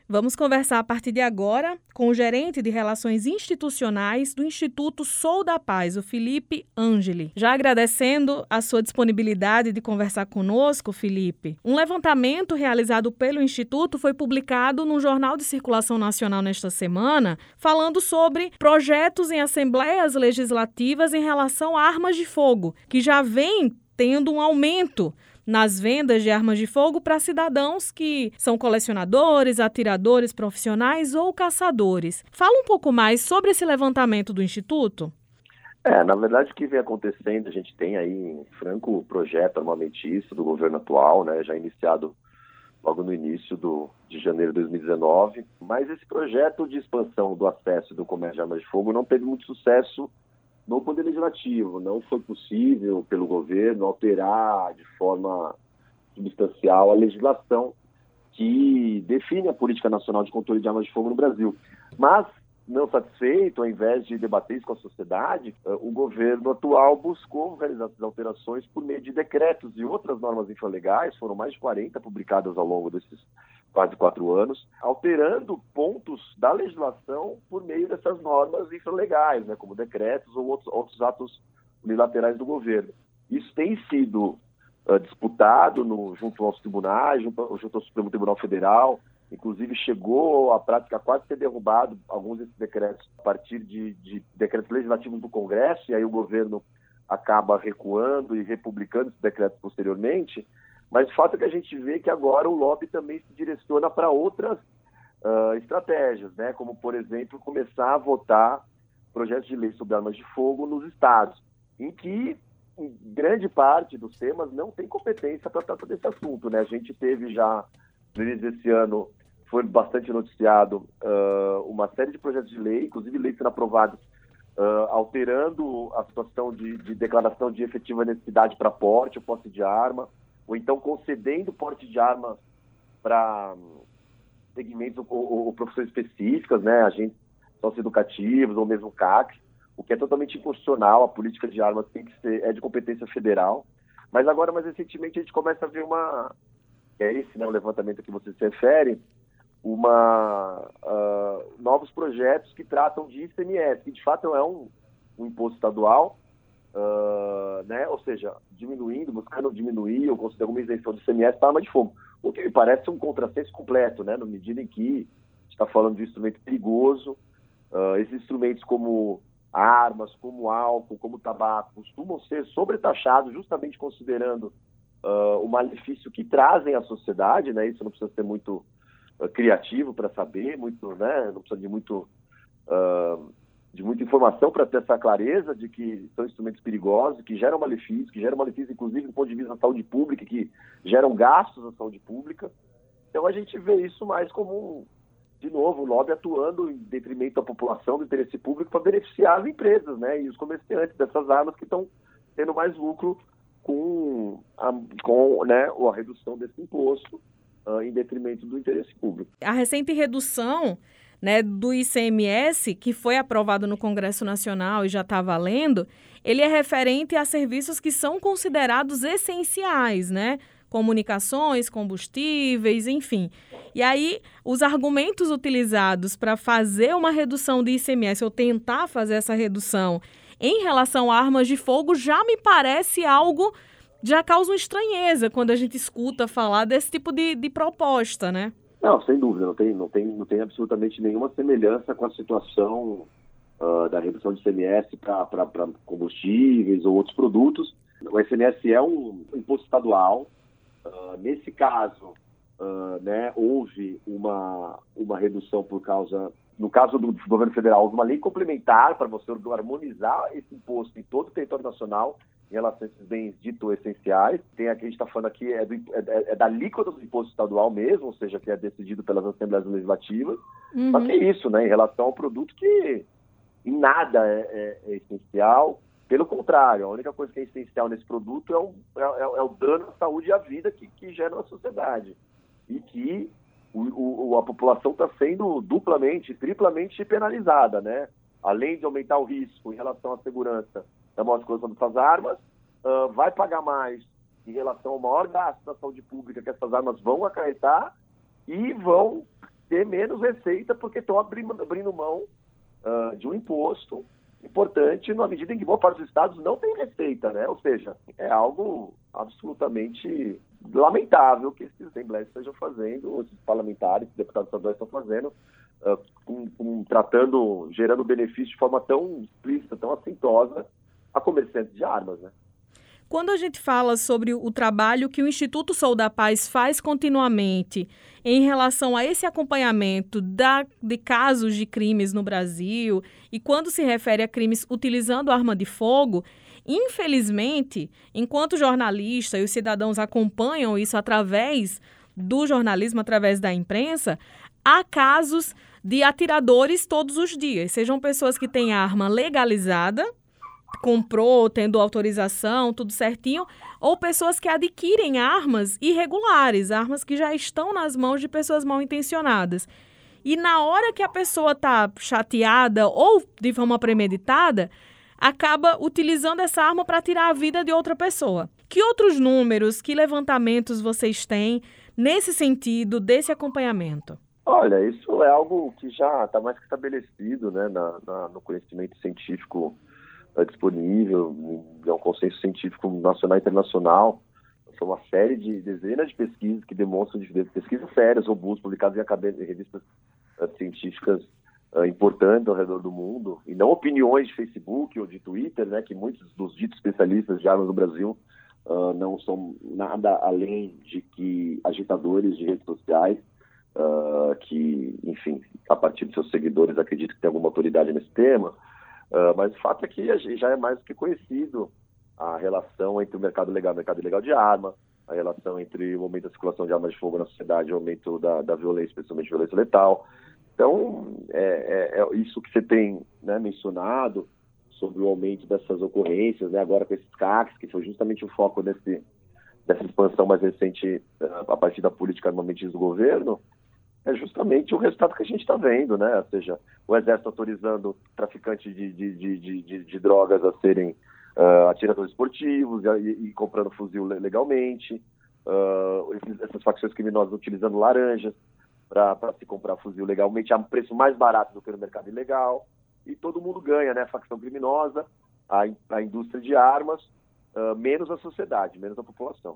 Vamos conversar a partir de agora com o gerente de Relações Institucionais do Instituto Sou da Paz, o Felipe Angeli. Já agradecendo a sua disponibilidade de conversar conosco, Felipe. Um levantamento realizado pelo Instituto foi publicado no Jornal de Circulação Nacional nesta semana, falando sobre projetos em assembleias legislativas em relação a armas de fogo, que já vem tendo um aumento nas vendas de armas de fogo para cidadãos que são colecionadores, atiradores profissionais ou caçadores. Fala um pouco mais sobre esse levantamento do Instituto. Na verdade, o que vem acontecendo, a gente tem aí em franco projeto armamentista do governo atual, né, já iniciado logo no início de janeiro de 2019, mas esse projeto de expansão do acesso e do comércio de armas de fogo não teve muito sucesso no Poder Legislativo. Não foi possível pelo governo alterar de forma substancial a legislação que define a Política Nacional de Controle de Armas de Fogo no Brasil. Mas, não satisfeito, ao invés de debater isso com a sociedade, o governo atual buscou realizar essas alterações por meio de decretos e outras normas infralegais, foram mais de 40 publicadas ao longo desses quase 4 anos, alterando pontos da legislação por meio dessas normas infralegais, né, como decretos ou outros atos unilaterais do governo. Isso tem sido disputado junto aos tribunais, junto ao Supremo Tribunal Federal. Inclusive chegou à prática quase ter derrubado alguns desses decretos a partir de decretos legislativos do Congresso, e aí o governo acaba recuando e republicando esses decretos posteriormente. Mas o fato é que a gente vê que agora o lobby também se direciona para outras estratégias, né? Como, por exemplo, começar a votar projetos de lei sobre armas de fogo nos estados, em que grande parte dos temas não tem competência para tratar desse assunto, né? A gente teve já, no início desse ano, foi bastante noticiado uma série de projetos de lei, inclusive leis sendo aprovadas, alterando a situação de declaração de efetiva necessidade para porte ou posse de arma, ou então concedendo porte de arma para segmentos ou profissões específicas, né, agentes socioeducativos ou mesmo CACs, o que é totalmente inconstitucional. A política de armas tem que ser de competência federal. Mas agora, mais recentemente, a gente começa a ver o levantamento a que você se refere, novos projetos que tratam de ICMS, que de fato é um imposto estadual, né? Ou seja, buscando diminuir ou considerar alguma isenção de ICMS para arma de fogo, o que me parece um contrassenso completo, né? Na medida em que a gente está falando de um instrumento perigoso. Esses instrumentos como armas, como álcool, como tabaco, costumam ser sobretaxados justamente considerando o malefício que trazem à sociedade, né? Isso não precisa ser muito criativo para saber, né? Não precisa de muita informação para ter essa clareza de que são instrumentos perigosos, que geram malefício inclusive do ponto de vista da saúde pública, que geram gastos à saúde pública. Então a gente vê isso mais como, de novo, o lobby atuando em detrimento da população, do interesse público, para beneficiar as empresas, né? E os comerciantes dessas armas que estão tendo mais lucro com a redução desse imposto em detrimento do interesse público. A recente redução, né, do ICMS, que foi aprovado no Congresso Nacional e já está valendo, ele é referente a serviços que são considerados essenciais, né? Comunicações, combustíveis, enfim. E aí, os argumentos utilizados para fazer uma redução de ICMS ou tentar fazer essa redução em relação a armas de fogo já me parece algo, já causa uma estranheza quando a gente escuta falar desse tipo de proposta, né? Não, sem dúvida, não tem absolutamente nenhuma semelhança com a situação da redução de ICMS para combustíveis ou outros produtos. O ICMS é um imposto estadual. Nesse caso, né, houve uma redução por causa, no caso do governo federal, houve uma lei complementar para você harmonizar esse imposto em todo o território nacional em relação a esses bens ditos essenciais. Tem aqui, a gente está falando aqui, é da alíquota do imposto estadual mesmo, ou seja, que é decidido pelas Assembleias Legislativas. Uhum. Mas é isso, né, em relação ao produto que em nada é essencial. Pelo contrário, a única coisa que é essencial nesse produto é o dano à saúde e à vida que gera na sociedade. E que a população está sendo duplamente, triplamente penalizada, né? Além de aumentar o risco em relação à segurança da maior circulação dessas armas, vai pagar mais em relação ao maior gasto da saúde pública que essas armas vão acarretar e vão ter menos receita porque estão abrindo mão de um imposto importante na medida em que boa parte dos estados não tem receita, né? Ou seja, é algo absolutamente lamentável que esses assembleias estejam fazendo, esses parlamentares, deputados estaduais estão fazendo, gerando benefício de forma tão explícita, tão assintosa a comerciantes de armas, né? Quando a gente fala sobre o trabalho que o Instituto Sou da Paz faz continuamente em relação a esse acompanhamento de casos de crimes no Brasil e quando se refere a crimes utilizando arma de fogo, infelizmente, enquanto jornalista e os cidadãos acompanham isso através do jornalismo, através da imprensa, há casos de atiradores todos os dias, sejam pessoas que têm arma legalizada, comprou, tendo autorização, tudo certinho, ou pessoas que adquirem armas irregulares, armas que já estão nas mãos de pessoas mal intencionadas. E na hora que a pessoa está chateada ou de forma premeditada, acaba utilizando essa arma para tirar a vida de outra pessoa. Que outros números, que levantamentos vocês têm nesse sentido, desse acompanhamento? Olha, isso é algo que já está mais que estabelecido, né, no conhecimento científico disponível, é um consenso científico nacional e internacional. São uma série de dezenas de pesquisas que demonstram, pesquisas sérias, robustas, publicadas em revistas científicas importantes ao redor do mundo, e não opiniões de Facebook ou de Twitter, né, que muitos dos ditos especialistas de armas no Brasil não são nada além de que agitadores de redes sociais que, enfim, a partir de seus seguidores acreditam que tem alguma autoridade nesse tema. Mas o fato é que já é mais do que conhecido a relação entre o mercado legal e o mercado ilegal de arma, a relação entre o aumento da circulação de armas de fogo na sociedade e o aumento da violência, especialmente violência letal. Então, é isso que você tem, né, mencionado sobre o aumento dessas ocorrências, né, agora com esses CACs, que foi justamente o foco dessa expansão mais recente a partir da política armamentista do governo, é justamente o resultado que a gente está vendo, né? Ou seja, o Exército autorizando traficantes de drogas a serem atiradores esportivos e comprando fuzil legalmente, essas facções criminosas utilizando laranjas para se comprar fuzil legalmente a um preço mais barato do que no mercado ilegal, e todo mundo ganha, né? A facção criminosa, a indústria de armas, menos a sociedade, menos a população.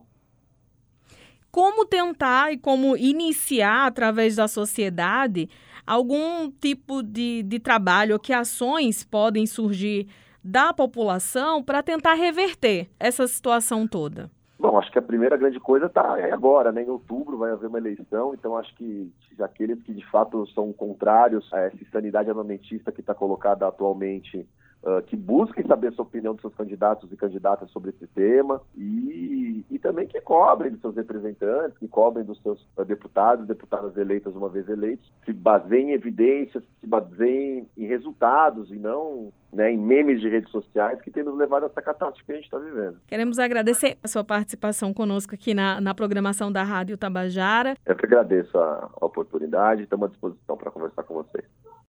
Como tentar e como iniciar, através da sociedade, algum tipo de trabalho, ou que ações podem surgir da população para tentar reverter essa situação toda? Bom, acho que a primeira grande coisa está agora, né? Em outubro vai haver uma eleição, então acho que aqueles que de fato são contrários a essa insanidade armamentista que está colocada atualmente, que busquem saber a sua opinião dos seus candidatos e candidatas sobre esse tema e também que cobrem dos seus representantes, que cobrem dos seus deputadas eleitas uma vez eleitos, se baseiem em evidências, se baseiem em resultados e não, né, em memes de redes sociais que têm nos levado a essa catástrofe que a gente está vivendo. Queremos agradecer a sua participação conosco aqui na programação da Rádio Tabajara. Eu que agradeço a oportunidade e estamos à disposição para conversar com vocês.